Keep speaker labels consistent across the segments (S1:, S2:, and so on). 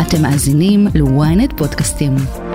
S1: אתם מאזינים ל-ynet פודקאסטים.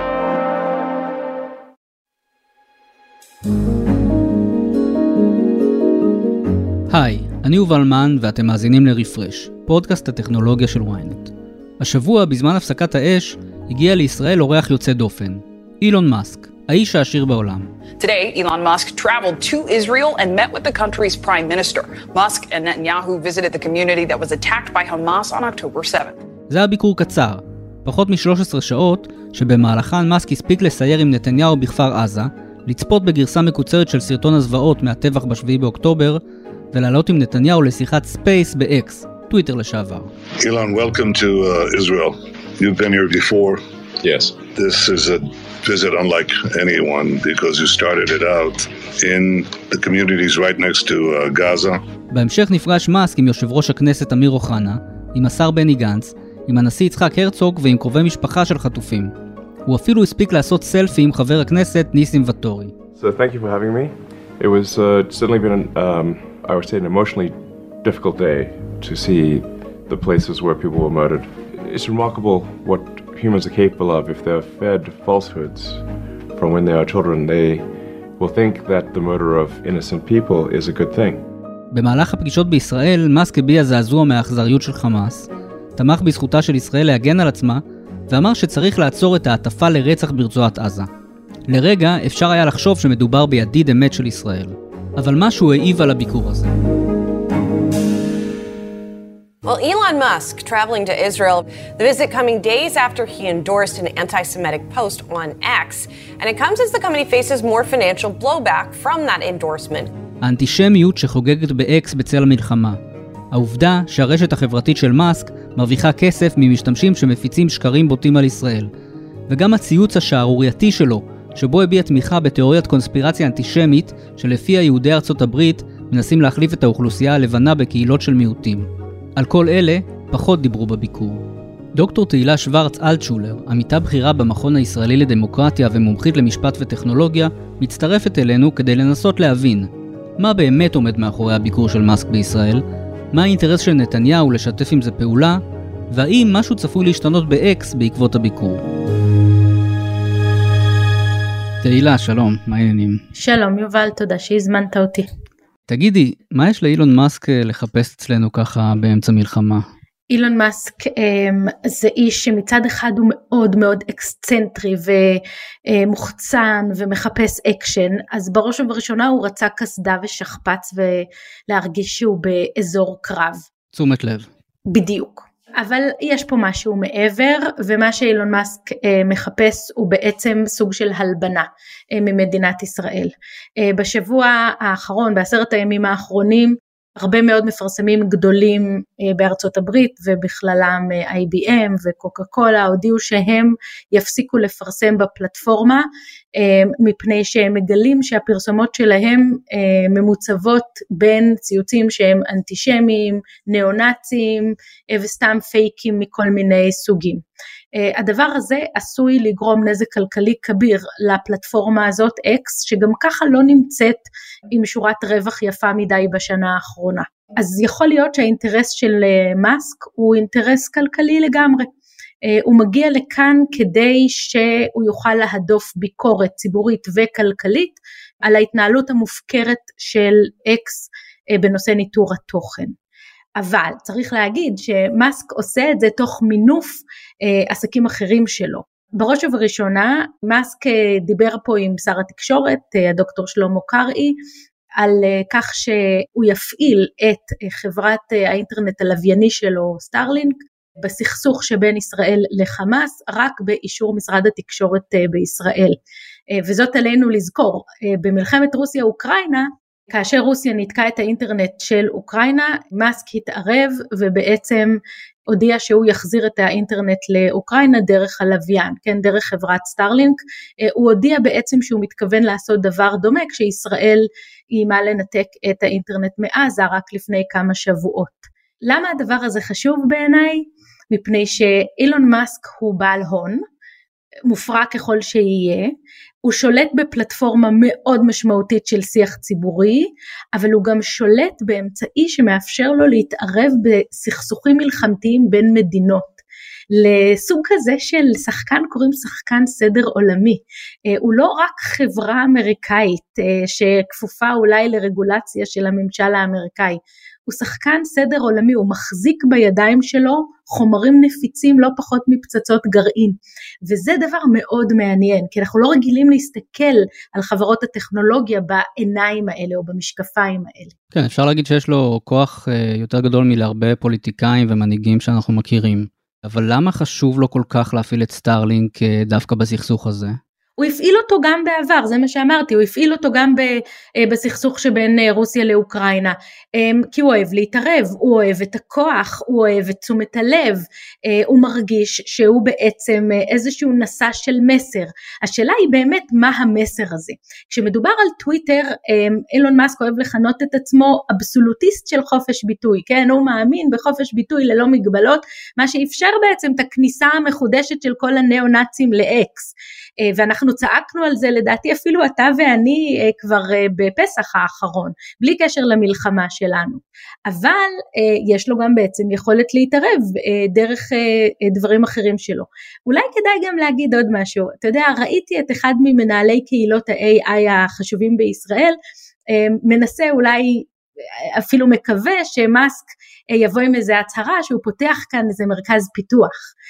S2: היי, אני יובל מן ואתם מאזינים לרפרש, פודקאסט הטכנולוגיה של ynet. השבוע, בזמן הפסקת האש, הגיע לישראל אורח יוצא דופן, אילון מאסק, האיש העשיר בעולם.
S3: Today, Elon Musk traveled to Israel and met with the country's prime minister. Musk and Netanyahu visited the community that was attacked by Hamas on October 7th.
S2: זה היה ביקור קצר, פחות מ-13 שעות, שבמהלכן מאסק הספיק לסייר עם נתניהו בכפר עזה, לצפות בגרסה מקוצרת של סרטון הזוועות מהטבח ב7 באוקטובר, ולעלות עם נתניהו לשיחת ספייס ב-X, טוויטר לשעבר.
S4: Elon, welcome to Israel. You've been here before.
S5: Yes.
S4: This is a visit unlike anyone because you started it out in the communities right next to Gaza.
S2: בהמשך נפגש מאסק עם יושב ראש הכנסת אמיר אוחנה, עם השר בני גנץ, עם הנשיא יצחק הרצוג ועם קרובי משפחה של חטופים. הוא אפילו הספיק לעשות סלפי עם חבר הכנסת ניסים וטורי.
S5: So thank you for having me. It was certainly been I would say an emotionally difficult day to see the places where people were murdered. It's remarkable what humans are capable of if they're fed falsehoods from when they are children. They will think that the murder of innocent people is a good thing.
S2: במהלך הפגישות בישראל, מאסק הביע זעזוע מהאכזריות של חמאס, תמך בזכותה של ישראל להגן על עצמה, ואמר שצריך לעצור את ההטפה לרצח ברצועת עזה. לרגע אפשר היה לחשוב שמדובר בידיד אמת של ישראל. אבל משהו העיב על הביקור הזה.
S6: Well, Elon Musk traveling to Israel, the visit coming days after he endorsed an anti-Semitic post on X, and it comes as the company faces more financial blowback from that endorsement.
S2: האנטישמיות שחוגגת ב-X בצל המלחמה. העובדה שהרשת החברתית של מאסק מרוויחה כסף ממשתמשים שמפיצים שקרים בוטים על ישראל. וגם הציוץ השערורייתי שלו, שבו הביע תמיכה בתיאוריית קונספירציה אנטישמית שלפיה יהודי ארצות הברית מנסים להחליף את האוכלוסייה הלבנה בקהילות של מיעוטים. על כל אלה פחות דיברו בביקור. דוקטור תהילה שוורץ אלטשולר, עמיתה בכירה במכון הישראלי לדמוקרטיה ומומחית למשפט וטכנולוגיה, מצטרפת אלינו כדי לנסות להבין מה באמת עומד מאחורי הביקור של מאסק בישראל, מה האינטרס של נתניהו לשתף עם זה פעולה, והאם משהו צפוי להשתנות ב-X בעקבות הביקור. תהילה, שלום, מה העניינים?
S7: שלום יובל, תודה שהזמנת אותי.
S2: תגידי, מה יש לאילון מאסק לחפש אצלנו ככה באמצע מלחמה?
S7: אילון מאסק זה איש שמצד אחד הוא מאוד מאוד אקסצנטרי ומוחצן ומחפש אקשן, אז בראש ובראשונה הוא רצה כסדה ושכפץ ולהרגיש שהוא באזור קרב.
S2: תשומת לב.
S7: בדיוק. אבל יש פה משהו מעבר, ומה שאילון מאסק מחפש הוא בעצם סוג של הלבנה ממדינת ישראל. בשבוע האחרון, ב10 הימים האחרונים, הרבה מאוד מפרסמים גדולים בארצות הברית, ובכללם IBM וקוקה קולה, הודיעו שהם יפסיקו לפרסם בפלטפורמה, מפני שהם מגלים שהפרסומות שלהם ממוצבות בין ציוצים שהם אנטישמיים, ניאו-נאצים, וסתם פייקים מכל מיני סוגים. הדבר הזה עשוי לגרום נזק כלכלי כביר לפלטפורמה הזאת X, שגם ככה לא נמצאת עם שורת רווח יפה מדי בשנה האחרונה. אז יכול להיות שהאינטרס של מאסק הוא אינטרס כלכלי לגמרי. הוא מגיע לכאן כדי שהוא יוכל להדוף ביקורת ציבורית וכלכלית על ההתנהלות המופקרת של X בנושא ניטור התוכן. אבל צריך להגיד שמאסק עושה את זה תוך מינוף עסקים אחרים שלו. בראש ובראשונה, מאסק דיבר פה עם שר התקשורת, הדוקטור שלמה קרעי, על כך שהוא יפעיל את חברת האינטרנט הלווייני שלו, סטארלינק, בסכסוך שבין ישראל לחמאס, רק באישור משרד התקשורת בישראל. וזאת עלינו לזכור, במלחמת רוסיה-אוקראינה, כאשר רוסיה ניתקה את האינטרנט של אוקראינה, מאסק התערב ובעצם הודיע שהוא יחזיר את האינטרנט לאוקראינה דרך הלוויין, כן, דרך חברת סטארלינק. הוא הודיע בעצם שהוא מתכוון לעשות דבר דומה, כשישראל איימה לנתק את האינטרנט מעזה רק לפני כמה שבועות. למה הדבר הזה חשוב בעיניי? מפני שאילון מאסק הוא בעל הון, מופרע ככל שיהיה, הוא שולט בפלטפורמה מאוד משמעותית של שיח ציבורי, אבל הוא גם שולט באמצעי שמאפשר לו להתערב בסכסוכים מלחמתיים בין מדינות. לסוג כזה של שחקן, קוראים שחקן סדר עולמי. הוא לא רק חברה אמריקאית שכפופה אולי לרגולציה של הממשל האמריקאי, הוא שחקן סדר עולמי, הוא מחזיק בידיים שלו חומרים נפיצים לא פחות מפצצות גרעין, וזה דבר מאוד מעניין, כי אנחנו לא רגילים להסתכל על חברות הטכנולוגיה בעיניים האלה או במשקפיים האלה.
S2: כן, אפשר להגיד שיש לו כוח יותר גדול מלהרבה פוליטיקאים ומנהיגים שאנחנו מכירים, אבל למה חשוב לו כל כך להפעיל את סטארלינק דווקא בסכסוך הזה?
S7: הוא הפעיל אותו גם בעבר, זה מה שאמרתי, הוא הפעיל אותו גם בסכסוך שבין רוסיה לאוקראינה, כי הוא אוהב להתערב, הוא אוהב את הכוח, הוא אוהב את תשומת הלב, הוא מרגיש שהוא בעצם איזשהו נשא של מסר. השאלה היא באמת מה המסר הזה. כשמדובר על טוויטר, אילון מאסק אוהב לכנות את עצמו אבסולוטיסט של חופש ביטוי, כן? הוא מאמין בחופש ביטוי ללא מגבלות, מה שאפשר בעצם את הכניסה המחודשת של כל הנאו-נאצים לאקס, ואנחנו צעקנו על זה לדעתי אפילו אתה ואני כבר בפסח האחרון, בלי קשר למלחמה שלנו, אבל יש לו גם בעצם יכולת להתערב דרך דברים אחרים שלו. אולי כדאי גם להגיד עוד משהו, אתה יודע, ראיתי את אחד ממנהלי קהילות ה-AI החשובים בישראל, מנסה אולי אפילו מקווה שמאסק יבוא עם איזה הצהרה שהוא פותח כאן איזה מרכז פיתוח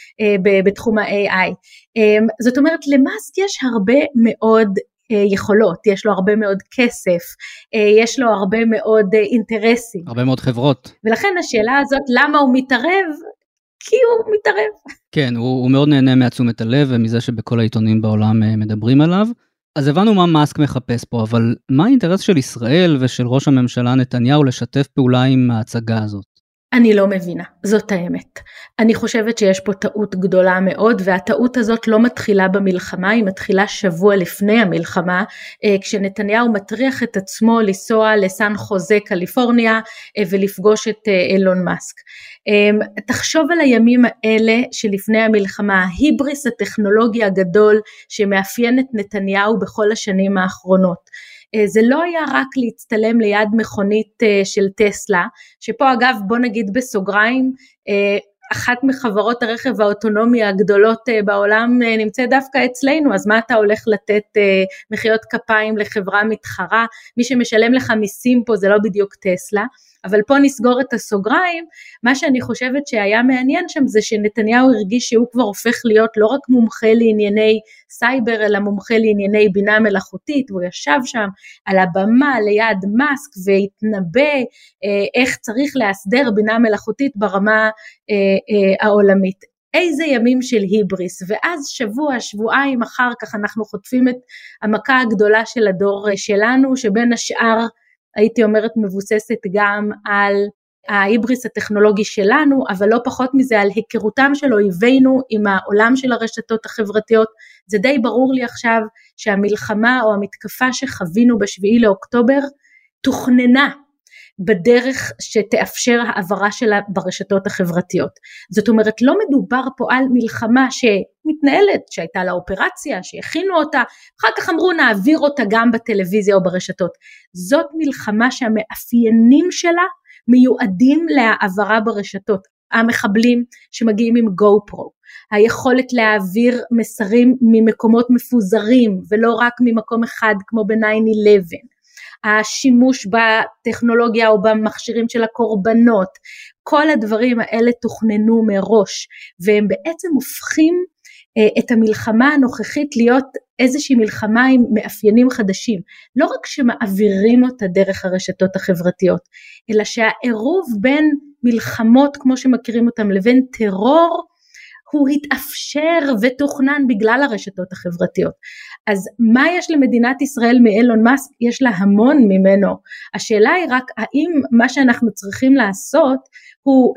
S7: בתחום ה-AI. זאת אומרת, למאסק יש הרבה מאוד יכולות, יש לו הרבה מאוד כסף, יש לו הרבה מאוד אינטרסים.
S2: הרבה מאוד חברות.
S7: ולכן השאלה הזאת, למה הוא מתערב? כי הוא מתערב.
S2: כן, הוא מאוד נהנה מעצומת הלב ומזה שבכל העיתונים בעולם מדברים עליו. אז הבנו מה מאסק מחפש פה, אבל מה האינטרס של ישראל ושל ראש הממשלה נתניהו לשתף פעולה עם ההצגה הזאת?
S7: אני לא מבינה, זאת האמת. אני חושבת שיש פה טעות גדולה מאוד, והטעות הזאת לא מתחילה במלחמה, היא מתחילה שבוע לפני המלחמה, כשנתניהו מטריח את עצמו לנסוע לסן חוזה קליפורניה, ולפגוש את אילון מאסק. תחשוב על הימים האלה שלפני המלחמה, ההיבריס הטכנולוגי הגדול שמאפיין את נתניהו בכל השנים האחרונות. זה לא היה רק להצטלם ליד מכונית של טסלה, שפה אגב בוא נגיד בסוגריים, אחת מחברות הרכב האוטונומי הגדולות בעולם נמצאת דווקא אצלנו, אז מה אתה הולך לתת מחיאות כפיים לחברה מתחרה, מי שמשלם לך מיסים פה זה לא בדיוק טסלה, אבל פה נסגור את הסוגריים. מה שאני חושבת שהיה מעניין שם זה שנתניהו הרגיש שהוא כבר הופך להיות לא רק מומחה לענייני סייבר, אלא מומחה לענייני בינה מלאכותית, והוא ישב שם על הבמה ליד מאסק והתנבא איך צריך להסדר בינה מלאכותית ברמה העולמית. איזה ימים של היבריס, ואז שבועיים אחר כך אנחנו חוטפים את המכה הגדולה של הדור שלנו, שבין השאר הייתי אומרת מבוססת גם על ההיבריס הטכנולוגי שלנו, אבל לא פחות מזה על היכרותם של אויבינו עם העולם של הרשתות החברתיות. זה די ברור לי עכשיו שהמלחמה או המתקפה שחווינו ב7 לאוקטובר תוכננה בדרך שתאפשר העברה שלה ברשתות החברתיות. זאת אומרת, לא מדובר פה על מלחמה שמתנהלת, שהייתה לה אופרציה, שהכינו אותה, אחר כך אמרו נעביר אותה גם בטלוויזיה או ברשתות. זאת מלחמה שהמאפיינים שלה מיועדים להעברה ברשתות. המחבלים שמגיעים עם גו-פרו, היכולת להעביר מסרים ממקומות מפוזרים, ולא רק ממקום אחד כמו ב-9/11, השימוש בטכנולוגיה או במכשירים של הקורבנות, כל הדברים האלה תוכננו מראש, והם בעצם הופכים את המלחמה הנוכחית להיות איזושהי מלחמה עם מאפיינים חדשים, לא רק שמעבירים אותה דרך הרשתות החברתיות, אלא שהעירוב בין מלחמות כמו שמכירים אותם לבין טרור, הוא התאפשר ותוכנן בגלל הרשתות החברתיות. אז מה יש למדינת ישראל מאילון מאסק? יש לה המון ממנו. השאלה היא רק האם מה שאנחנו צריכים לעשות הוא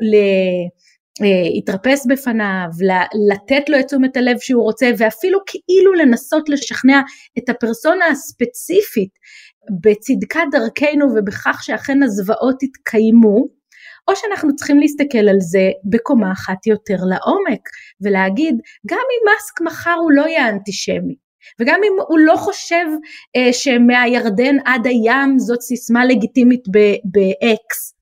S7: להתרפס בפניו, לתת לו את תשומת הלב שהוא רוצה, ואפילו כאילו לנסות לשכנע את הפרסונה הספציפית בצדקת דרכנו ובכך שאכן הזוועות יתקיימו, או שאנחנו צריכים להסתכל על זה בקומה אחת יותר לעומק, ולהגיד, גם אם מאסק מחר הוא לא יהיה אנטישמי, וגם אם הוא לא חושב שמהירדן עד הים זאת סיסמה לגיטימית באקס,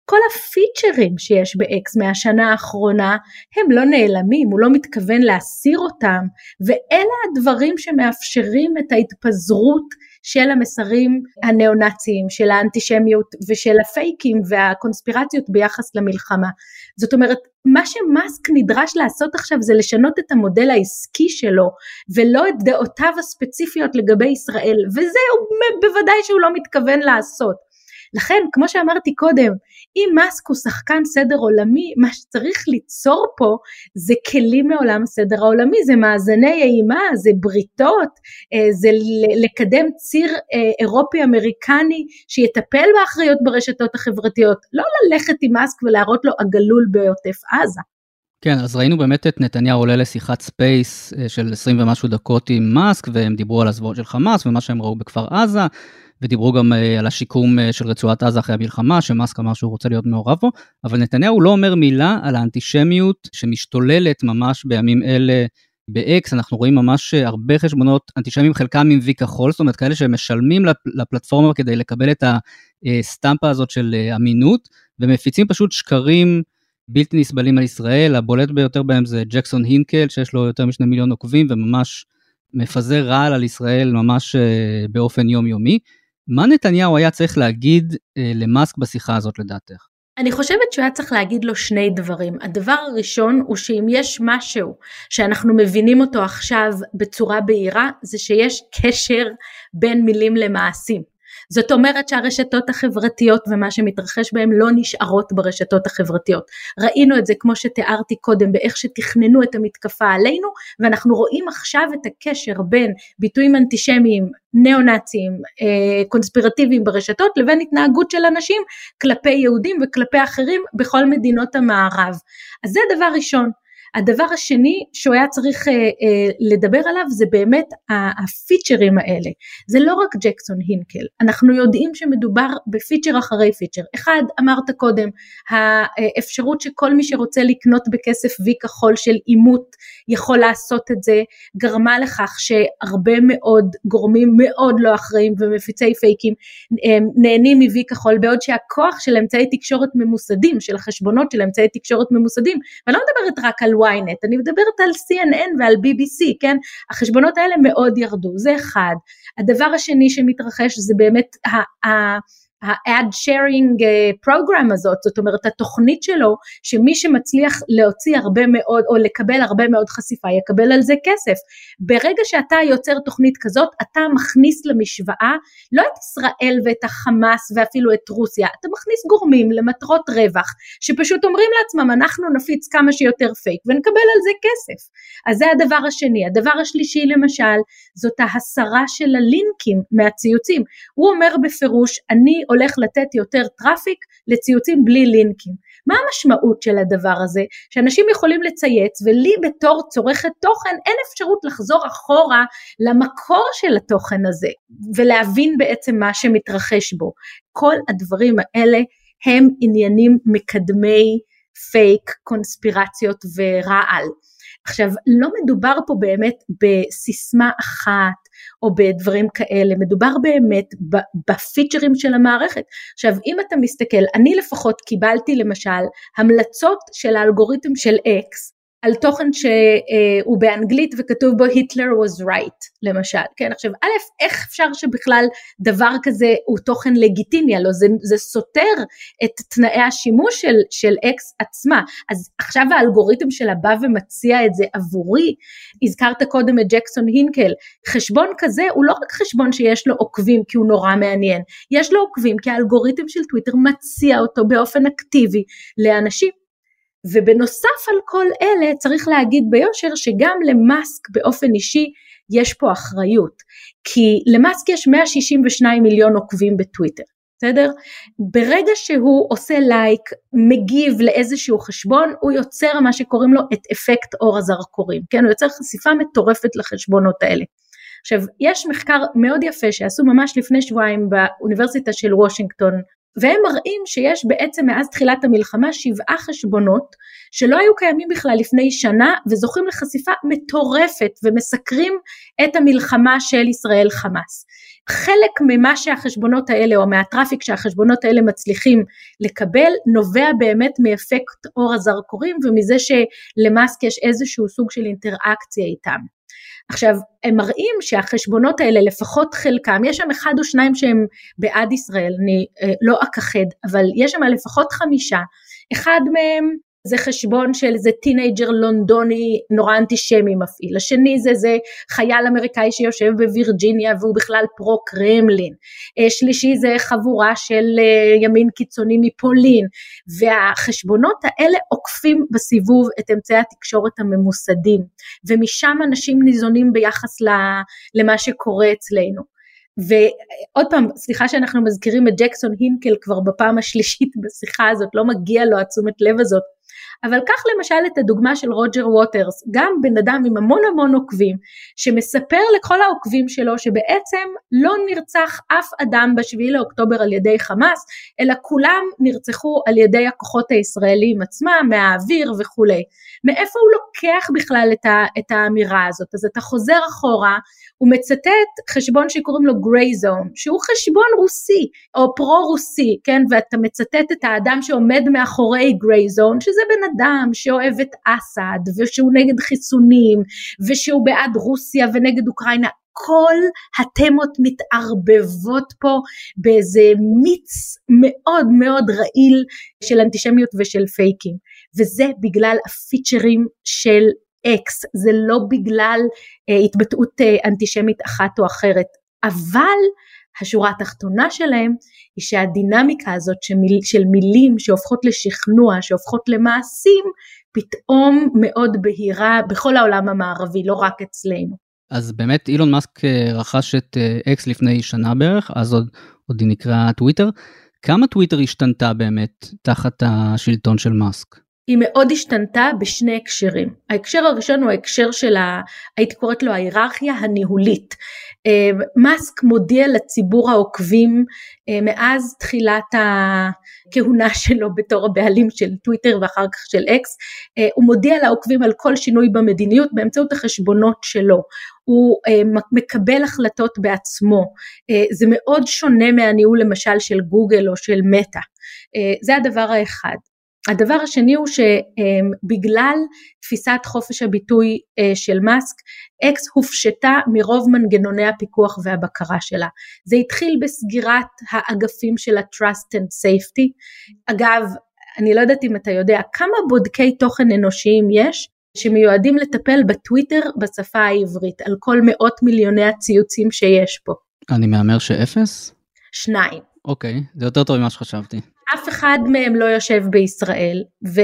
S7: כל הפיצ'רים שיש ב-X מהשנה האחרונה, הם לא נעלמים, הוא לא מתכוון להסיר אותם, ואלה הדברים שמאפשרים את ההתפזרות של המסרים הנאו-נאציים, של האנטישמיות ושל הפייקים והקונספירציות ביחס למלחמה. זאת אומרת, מה שמאסק נדרש לעשות עכשיו זה לשנות את המודל העסקי שלו, ולא את דעותיו הספציפיות לגבי ישראל, וזה בוודאי שהוא לא מתכוון לעשות. לכן, כמו שאמרתי קודם, אם מאסק הוא שחקן סדר עולמי, מה שצריך ליצור פה זה כלים מעולם הסדר העולמי, זה מאזני אימה, זה בריתות, זה לקדם ציר אירופי-אמריקני שיטפל באחריות ברשתות החברתיות, לא ללכת עם מאסק ולהראות לו עגלול בעוטף עזה.
S2: כן, אז ראינו באמת את נתניהו עולה לשיחת ספייס של 20 ומשהו דקות עם מאסק, והם דיברו על הזוועות של חמאס ומה שהם ראו בכפר עזה, ודיברו גם על השיקום של רצועת עזה אחרי המלחמה, שמאסק אמר שהוא רוצה להיות מעורב בו, אבל נתניהו לא אומר מילה על האנטישמיות שמשתוללת ממש בימים אלה ב-X, אנחנו רואים ממש הרבה חשבונות אנטישמיים, חלקם עם וי כחול, זאת אומרת כאלה שמשלמים לפלטפורמה כדי לקבל את הסטמפה הזאת של אמינות, ומפיצים פשוט שקרים בלתי נסבלים על ישראל, הבולט ביותר בהם זה ג'קסון הינקל, שיש לו יותר מ2 מיליון עוקבים, וממש מפזר רעל על ישראל ממש באופן יומיומי. מה נתניהו היה צריך להגיד למאסק בשיחה הזאת לדעתך?
S7: אני חושבת שהוא היה צריך להגיד לו שני דברים. הדבר הראשון הוא שאם יש משהו שאנחנו מבינים אותו עכשיו בצורה בהירה, זה שיש קשר בין מילים למעשים. זאת אומרת שהרשתות החברתיות ומה שמתרחש בהם לא נשארות ברשתות החברתיות. ראינו את זה כמו שתיארתי קודם באיך שתכננו את המתקפה עלינו, ואנחנו רואים עכשיו את הקשר בין ביטויים אנטישמיים, ניאו-נאציים, קונספירטיביים ברשתות, לבין התנהגות של אנשים כלפי יהודים וכלפי אחרים בכל מדינות המערב. אז זה דבר ראשון. הדבר השני שהוא היה צריך לדבר עליו זה באמת הפיצ'רים האלה, זה לא רק ג'קסון הינקל, אנחנו יודעים שמדובר בפיצ'ר אחרי פיצ'ר. אחד, אמרת קודם, האפשרות שכל מי שרוצה לקנות בכסף וי כחול של אימות יכול לעשות את זה, גרמה לכך שהרבה מאוד גורמים מאוד לא אחראים ומפיצי פייקים נהנים מוי כחול, בעוד שהכוח של אמצעי תקשורת ממוסדים, של החשבונות של אמצעי תקשורת ממוסדים, ואני לא מדברת רק על ynet, אני מדברת על CNN ועל BBC, כן? החשבונות האלה מאוד ירדו, זה אחד. הדבר השני שמתרחש זה באמת ה-ad sharing program הזאת, זאת אומרת התוכנית שלו, שמי שמצליח להוציא הרבה מאוד, או לקבל הרבה מאוד חשיפה, יקבל על זה כסף. ברגע שאתה יוצר תוכנית כזאת, אתה מכניס למשוואה, לא את ישראל ואת החמאס, ואפילו את רוסיה, אתה מכניס גורמים למטרות רווח, שפשוט אומרים לעצמם, אנחנו נפיץ כמה שיותר פייק, ונקבל על זה כסף. אז זה הדבר השני. הדבר השלישי למשל, זאת ההסרה של הלינקים מהציוצים. הוא אומר בפירוש, אני הולך לתת יותר טראפיק לציוצים בלי לינקים. מה המשמעות של הדבר הזה? שאנשים יכולים לצייץ, ולי בתור צורכת תוכן, אין אפשרות לחזור אחורה למקור של התוכן הזה, ולהבין בעצם מה שמתרחש בו. כל הדברים האלה הם עניינים מקדמי פייק, קונספירציות ורעל. עכשיו, לא מדובר פה באמת בסיסמה אחת, או בדברים כאלה, מדובר באמת בפיצ'רים של המערכת. עכשיו, אם אתה מסתכל, אני לפחות קיבלתי למשל, המלצות של האלגוריתם של X, על תוכן שהוא באנגלית וכתוב בו Hitler was right, למשל. כן, עכשיו, א', איך אפשר שבכלל דבר כזה הוא תוכן לגיטימי, הלוא זה סותר את תנאי השימוש של X עצמה. אז עכשיו האלגוריתם שלה בא ומציע את זה עבורי. הזכרת קודם את ג'קסון הינקל, חשבון כזה הוא לא רק חשבון שיש לו עוקבים כי הוא נורא מעניין, יש לו עוקבים כי האלגוריתם של טוויטר מציע אותו באופן אקטיבי לאנשים. ובנוסף על כל אלה צריך להגיד ביושר שגם למאסק באופן אישי יש פה אחריות, כי למאסק יש 162 מיליון עוקבים בטוויטר, בסדר? ברגע שהוא עושה לייק, מגיב לאיזשהו חשבון, הוא יוצר מה שקוראים לו את אפקט אור הזרקורים, כן? הוא יוצר חשיפה מטורפת לחשבונות האלה. עכשיו, יש מחקר מאוד יפה שעשו ממש לפני שבועיים באוניברסיטה של וושינגטון, והם מראים שיש בעצם מאז תחילת המלחמה 7 חשבונות שלא היו קיימים בכלל לפני שנה, וזוכים לחשיפה מטורפת ומסקרים את המלחמה של ישראל חמאס. חלק ממה שהחשבונות האלה או מהטראפיק שהחשבונות האלה מצליחים לקבל נובע באמת מאפקט אור הזרקורים ומזה שלמאסק יש איזשהו סוג של אינטראקציה איתם. עכשיו הם מראים שהחשבונות האלה לפחות חלקם, יש שם 1 או 2 שהם בעד ישראל, אני לא אכחד, אבל יש שם לפחות 5, אחד מהם זה חשבון של איזה טינג'ר לונדוני נורא אנטישמי מפעיל, השני זה חייל אמריקאי שיושב בווירג'יניה והוא בכלל פרו קרמלין, שלישי זה חבורה של ימין קיצוני מפולין, והחשבונות האלה עוקפים בסיבוב את אמצעי התקשורת הממוסדים, ומשם אנשים ניזונים ביחס למה שקורה אצלנו. ועוד פעם, סליחה שאנחנו מזכירים את ג'קסון הינקל כבר בפעם השלישית בשיחה הזאת, לא מגיע לו התשומת לב הזאת, אבל כך למשל את הדוגמה של רוג'ר ווטרס, גם בן אדם עם המון עוקבים, שמספר לכל העוקבים שלו שבעצם לא נרצח אף אדם ב7 לאוקטובר על ידי חמאס, אלא כולם נרצחו על ידי הכוחות הישראלים עצמם, מהאוויר וכו'. מאיפה הוא לוקח בכלל את האמירה הזאת? אז אתה חוזר אחורה, הוא מצטט חשבון שקוראים לו גריי זון, שהוא חשבון רוסי, או פרו-רוסי, כן? ואתה מצטט את האדם שעומד מאחורי גריי זון, שזה בן אדם שאוהב את אסד, ושהוא נגד חיסונים, ושהוא בעד רוסיה ונגד אוקראינה, כל התמות מתערבבות פה באיזה מיץ מאוד מאוד רעיל של אנטישמיות ושל פייקים, וזה בגלל הפיצ'רים של אקס, זה לא בגלל התבטאות אנטישמית אחת או אחרת, אבל השורה התחתונה שלהם היא שהדינמיקה הזאת של מילים שהופכות לשכנוע, שהופכות למעשים, פתאום מאוד בהירה בכל העולם המערבי, לא רק אצלנו.
S2: אז באמת אילון מאסק רכש את אקס לפני שנה בערך, אז עוד היא נקרא טוויטר. כמה טוויטר השתנתה באמת תחת השלטון של מאסק?
S7: היא מאוד השתנתה בשני הקשרים. ההקשר הראשון הוא ההקשר של, הייתי קוראת לו ההיררכיה הניהולית. מאסק מודיע לציבור העוקבים מאז תחילת הכהונה שלו בתור הבעלים של טוויטר ואחר כך של אקס, הוא מודיע לעוקבים על כל שינוי במדיניות באמצעות החשבונות שלו, הוא מקבל החלטות בעצמו, זה מאוד שונה מהניהול למשל של גוגל או של מטא, זה הדבר האחד. הדבר השני הוא שבגלל תפיסת חופש הביטוי של מאסק, אקס הופשטה מרוב מנגנוני הפיקוח והבקרה שלה. זה התחיל בסגירת האגפים של ה-Trust and Safety. אגב, אני לא יודעת אם אתה יודע, כמה בודקי תוכן אנושיים יש שמיועדים לטפל בטוויטר בשפה העברית, על כל 100,000,000 הציוצים שיש פה.
S2: אני מאמר שאפס?
S7: 2.
S2: אוקיי, זה יותר טוב ממה שחשבתי.
S7: אף אחד מהם לא יושב בישראל,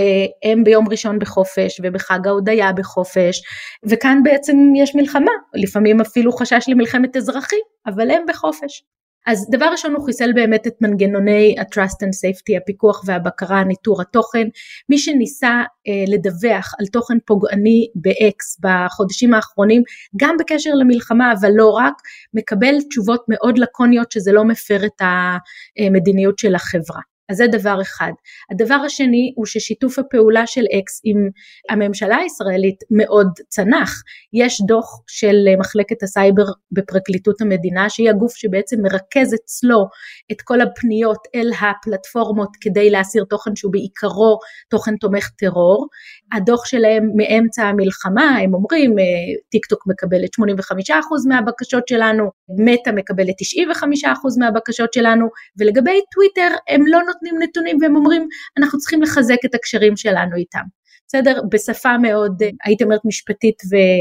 S7: והם ביום ראשון בחופש, ובחג ההודיה בחופש, וכאן בעצם יש מלחמה, לפעמים אפילו חשש למלחמת אזרחים, אבל הם בחופש. אז דבר ראשון הוא חיסל באמת את מנגנוני ה-Trust and Safety, הפיקוח והבקרה, ניטור התוכן, מי שניסה לדווח על תוכן פוגעני באקס בחודשים האחרונים, גם בקשר למלחמה, אבל לא רק, מקבל תשובות מאוד לקוניות שזה לא מפר את המדיניות של החברה. אז זה דבר אחד. הדבר השני הוא ששיתוף הפעולה של אקס עם הממשלה הישראלית מאוד צנח. יש דוח של מחלקת הסייבר בפרקליטות המדינה, שהיא הגוף שבעצם מרכז אצלו את כל הפניות אל הפלטפורמות כדי להסיר תוכן שהוא בעיקרו תוכן תומך טרור. הדוח שלהם מאמצע המלחמה, הם אומרים, טיק טוק מקבלת 85% מהבקשות שלנו, מטא מקבלת 95% מהבקשות שלנו, ולגבי טוויטר הם לא נותנים נתונים והם אומרים, אנחנו צריכים לחזק את הקשרים שלנו איתם. בסדר? בשפה מאוד, הייתי אומרת משפטית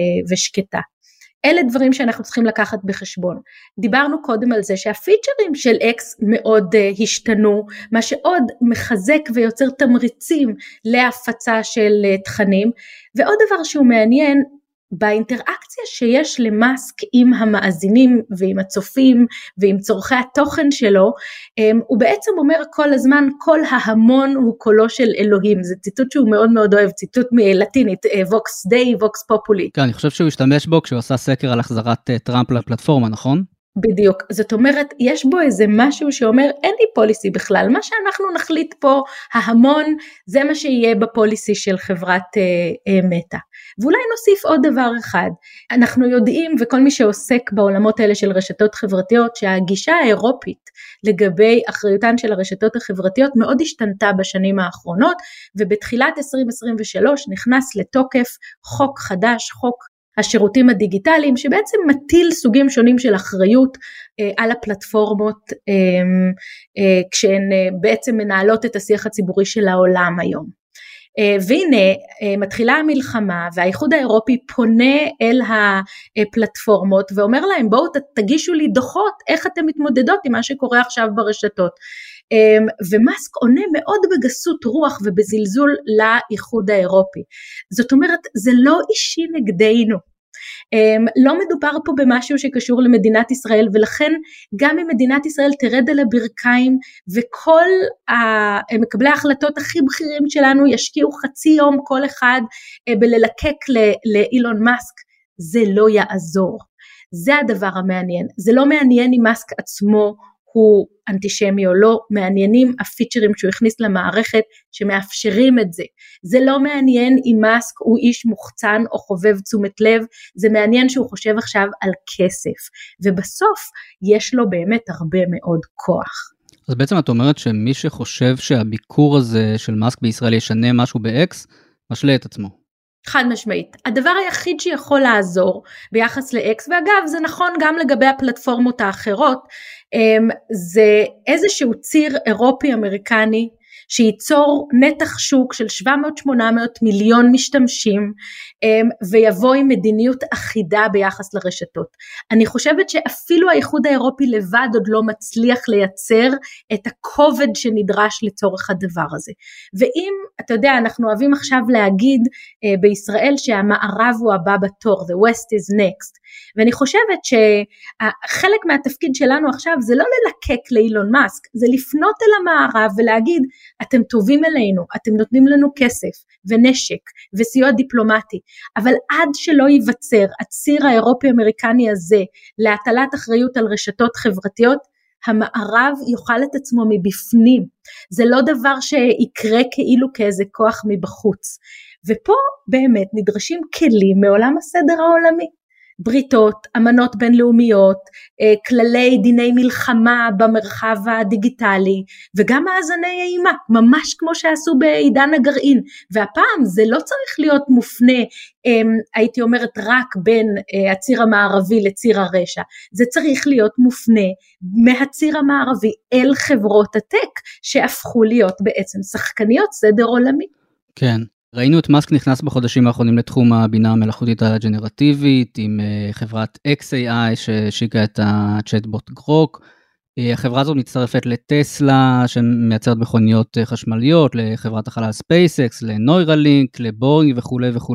S7: ושקטה. אלה דברים שאנחנו צריכים לקחת בחשבון. דיברנו קודם על זה שהפיצ'רים של אקס מאוד השתנו, מה שעוד מחזק ויוצר תמריצים להפצה של תכנים, ועוד דבר שהוא מעניין, באינטראקציה שיש למאסק עם המאזינים ועם הצופים ועם צורכי התוכן שלו, הוא בעצם אומר כל הזמן, כל ההמון הוא קולו של אלוהים, זה ציטוט שהוא מאוד מאוד אוהב, ציטוט מלטינית, Vox Dei, Vox Populi.
S2: כן, אני חושב שהוא השתמש בו כשהוא עשה סקר על החזרת טראמפ לפלטפורמה, נכון?
S7: בדיוק, זאת אומרת, יש בו איזה משהו שאומר, אין לי פוליסי בכלל, מה שאנחנו נחליט פה, ההמון, זה מה שיהיה בפוליסי של חברת מטא. ואולי נוסיף עוד דבר אחד, אנחנו יודעים, וכל מי שעוסק בעולמות האלה של רשתות חברתיות, שהגישה האירופית לגבי אחריותן של הרשתות החברתיות, מאוד השתנתה בשנים האחרונות, ובתחילת 2023 נכנס לתוקף חוק חדש, חוק השירותים הדיגיטליים, שבעצם מטיל סוגים שונים של אחריות על הפלטפורמות, כשהן בעצם מנהלות את השיח הציבורי של העולם היום. והנה מתחילה המלחמה, והאיחוד האירופי פונה אל הפלטפורמות, ואומר להם בואו תגישו לי דוחות, איך אתם מתמודדות עם מה שקורה עכשיו ברשתות. ומאסק עונה מאוד בגסות רוח ובזלזול לאיחוד האירופי. זאת אומרת, זה לא אישי נגדנו. לא מדובר פה במשהו שקשור למדינת ישראל, ולכן גם אם מדינת ישראל תרד על הברכיים, וכל מקבלי ההחלטות הכי בכירים שלנו ישקיעו חצי יום כל אחד בללקק לאילון מאסק, זה לא יעזור. זה הדבר המעניין. זה לא מעניין אם מאסק עצמו הוא אנטישמי או לא, מעניינים הפיצ'רים שהוא הכניס למערכת שמאפשרים את זה. זה לא מעניין אם מאסק הוא איש מוחצן או חובב תשומת לב, זה מעניין שהוא חושב עכשיו על כסף, ובסוף יש לו באמת הרבה מאוד כוח.
S2: אז בעצם את אומרת שמי שחושב שהביקור הזה של מאסק בישראל ישנה משהו ב-X, משלה את עצמו.
S7: חד משמעית. הדבר היחיד שיכול לעזור ביחס ל-X, ואגב זה נכון גם לגבי הפלטפורמות האחרות, זה איזשהו ציר אירופי-אמריקני, שייצור נתח שוק של 700-800 מיליון משתמשים, ויבוא עם מדיניות אחידה ביחס לרשתות. אני חושבת שאפילו האיחוד האירופי לבד עוד לא מצליח לייצר את הכובד שנדרש לצורך הדבר הזה. ואם, אתה יודע, אנחנו אוהבים עכשיו להגיד בישראל שהמערב הוא הבא בתור, the west is next, ואני חושבת שחלק מהתפקיד שלנו עכשיו זה לא ללקק לאילון מאסק, זה לפנות אל המערב ולהגיד, אתם טובים אלינו, אתם נותנים לנו כסף ונשק וסיוע דיפלומטי, אבל עד שלא ייווצר הציר האירופי-אמריקני הזה להטלת אחריות על רשתות חברתיות, המערב יוכל את עצמו מבפנים. זה לא דבר שיקרה כאילו כאיזה כוח מבחוץ. ופה באמת נדרשים כלים מעולם הסדר העולמי. בריתות, אמנות בינלאומיות, כללי דיני מלחמה במרחב הדיגיטלי, וגם מאזני אימה, ממש כמו שעשו בעידן הגרעין, והפעם זה לא צריך להיות מופנה, הייתי אומרת רק בין הציר המערבי לציר הרשע, זה צריך להיות מופנה מהציר המערבי אל חברות הטק, שהפכו להיות בעצם שחקניות סדר עולמי.
S2: כן. ראינו את מאסק נכנס בחודשים האחרונים לתחום הבינה המלאכותית הג'נרטיבית, עם חברת XAI שהשיקה את הצ'אטבוט גרוק, החברה הזאת מצטרפת לטסלה שמייצרת מכוניות חשמליות, לחברת החלל ספייסקס, לנוירלינק, לבורינג וכו' וכו'.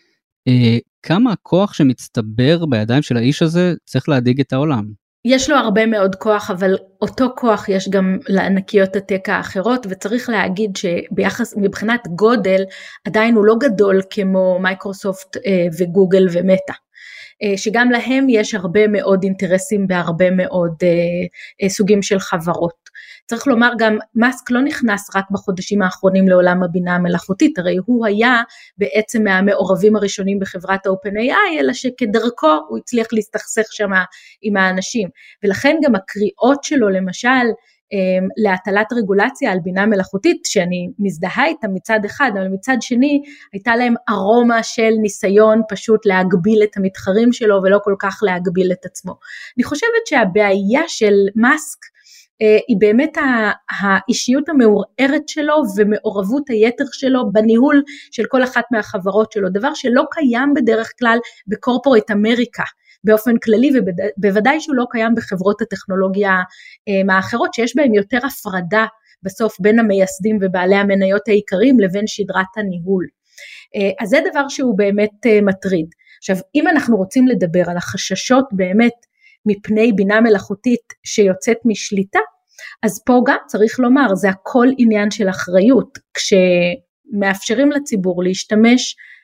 S2: כמה הכוח שמצטבר בידיים של האיש הזה צריך להדאיג את העולם?
S7: יש לו הרבה מאוד כוח, אבל אותו כוח יש גם לענקיות הטק האחרות, וצריך להגיד שביחס, מבחינת גודל, עדיין הוא לא גדול כמו מייקרוסופט וגוגל ומטא, שגם להם יש הרבה מאוד אינטרסים בהרבה מאוד סוגים של חברות. צריך לומר גם, מאסק לא נכנס רק בחודשים האחרונים לעולם הבינה המלאכותית, הרי הוא היה בעצם מהמעורבים הראשונים בחברת OpenAI, אלא שכדרכו הוא הצליח להסתכסך שם עם האנשים, ולכן גם הקריאות שלו למשל, להטלת רגולציה על בינה מלאכותית, שאני מזדהה איתה מצד אחד, אבל מצד שני, הייתה להם ארומה של ניסיון פשוט להגביל את המתחרים שלו, ולא כל כך להגביל את עצמו. אני חושבת שהבעיה של מאסק, היא באמת האישיות המעורערת שלו ומעורבות היתר שלו בניהול של כל אחת מהחברות שלו, דבר שלא קיים בדרך כלל בקורפורט אמריקה באופן כללי, ובוודאי שהוא לא קיים בחברות הטכנולוגיה האחרות שיש בהן יותר הפרדה בסוף בין המייסדים ובעלי המניות העיקריים לבין שדרת הניהול. אז זה דבר שהוא באמת מטריד. עכשיו אם אנחנו רוצים לדבר על החששות באמת מפני בינה מלאכותית שיוצאת משליטה, אז פה גם צריך לומר, זה הכל עניין של אחריות, כשמאפשרים לציבור להשתמש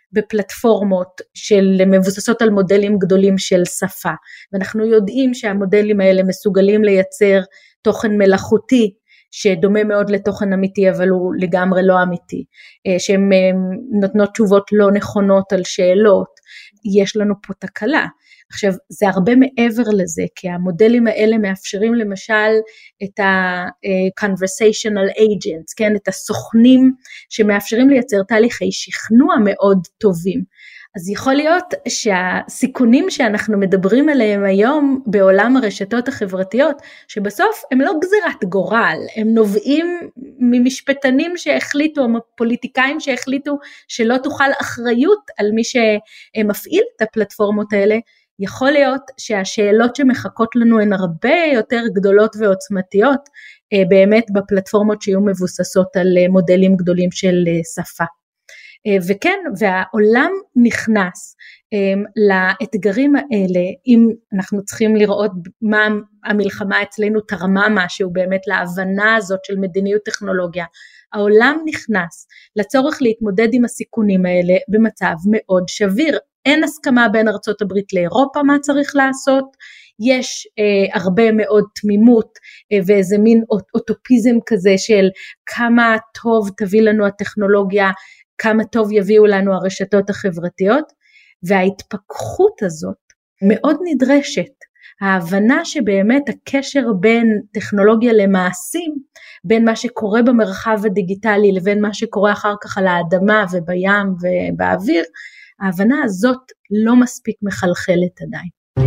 S7: בפלטפורמות של מבוססות על מודלים גדולים של שפה, ואנחנו יודעים שהמודלים האלה מסוגלים לייצר תוכן מלאכותי, שדומה מאוד לתוכן אמיתי, אבל הוא לגמרי לא אמיתי, שהן נותנות תשובות לא נכונות על שאלות, יש לנו פה תקלה. עכשיו, זה הרבה מעבר לזה, כי המודלים האלה מאפשרים למשל את ה-conversational agents, כן? את הסוכנים שמאפשרים לייצר תהליכי שכנוע מאוד טובים. אז יכול להיות שהסיכונים שאנחנו מדברים עליהם היום בעולם הרשתות החברתיות, שבסוף הם לא גזירת גורל, הם נובעים ממשפטנים שהחליטו, או פוליטיקאים שהחליטו שלא תוכל אחריות על מי שמפעיל את הפלטפורמות האלה, יכול להיות שהשאלות שמחכות לנו הן הרבה יותר גדולות ועוצמתיות, באמת בפלטפורמות שיהיו מבוססות על מודלים גדולים של שפה. וכן, והעולם נכנס לאתגרים האלה, אם אנחנו צריכים לראות מה המלחמה אצלנו תרמה משהו באמת להבנה הזאת של מדיניות טכנולוגיה, העולם נכנס לצורך להתמודד עם הסיכונים האלה במצב מאוד שביר, אין הסכמה בין ארצות הברית לאירופה מה צריך לעשות, יש הרבה מאוד תמימות ואיזה מין אוטופיזם כזה של כמה טוב תביא לנו הטכנולוגיה, כמה טוב יביאו לנו הרשתות החברתיות, וההתפכחות הזאת מאוד נדרשת, ההבנה שבאמת הקשר בין טכנולוגיה למעשים, בין מה שקורה במרחב הדיגיטלי לבין מה שקורה אחר כך על האדמה ובים ובאוויר, ההבנה הזאת לא מספיק מחלחלת עדיין.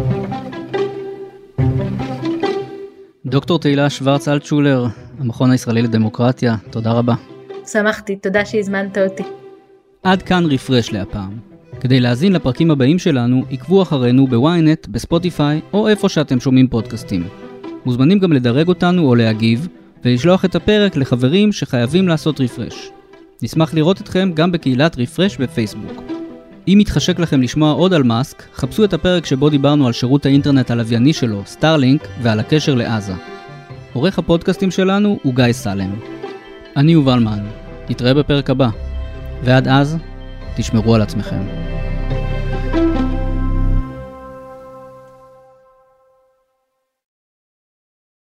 S2: דוקטור תהילה שוורץ-אלטשולר, המכון הישראלי לדמוקרטיה, תודה רבה.
S7: שמחתי, תודה שהזמנת אותי.
S2: עד כאן רפרש להפעם. כדי להאזין לפרקים הבאים שלנו, עקבו אחרינו בוויינט, בספוטיפיי או איפה שאתם שומעים פודקאסטים. מוזמנים גם לדרג אותנו או להגיב, ולשלוח את הפרק לחברים שחייבים לעשות רפרש. נשמח לראות אתכם גם בקהילת רפרש בפייסבוק. אם מתחשק לכם לשמוע עוד על מאסק, חפשו את הפרק שבו דיברנו על שירות האינטרנט הלווייני שלו, סטארלינק, ועל הקשר לעזה. עורך הפודקאסטים שלנו הוא גיא סלם. אני יובל מן. נתראה בפרק הבא. ועד אז, תשמרו על עצמכם.